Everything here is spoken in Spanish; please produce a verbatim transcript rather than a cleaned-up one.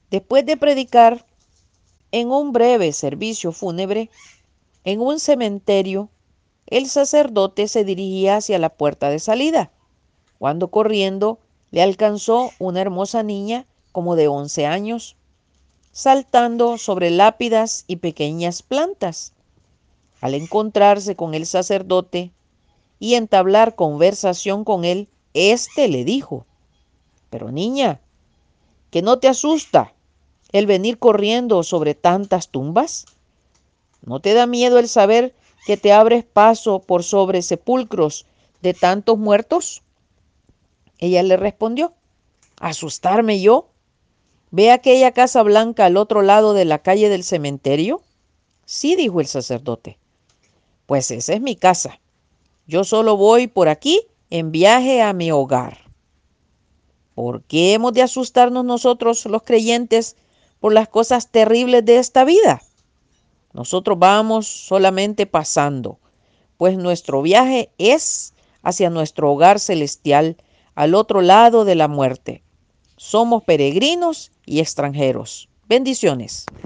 Después de predicar en un breve servicio fúnebre en un cementerio, el sacerdote se dirigía hacia la puerta de salida, cuando corriendo le alcanzó una hermosa niña como de once años, saltando sobre lápidas y pequeñas plantas. Al encontrarse con el sacerdote y entablar conversación con él, éste le dijo: Pero niña, ¿que no te asusta el venir corriendo sobre tantas tumbas? ¿No te da miedo el saber que te abres paso por sobre sepulcros de tantos muertos? Ella le respondió: ¿Asustarme yo? ¿Ve aquella casa blanca al otro lado de la calle del cementerio? Sí, dijo el sacerdote. Pues esa es mi casa. Yo solo voy por aquí en viaje a mi hogar. ¿Por qué hemos de asustarnos nosotros los creyentes por las cosas terribles de esta vida? Nosotros vamos solamente pasando, pues nuestro viaje es hacia nuestro hogar celestial, al otro lado de la muerte. Somos peregrinos y extranjeros. Bendiciones.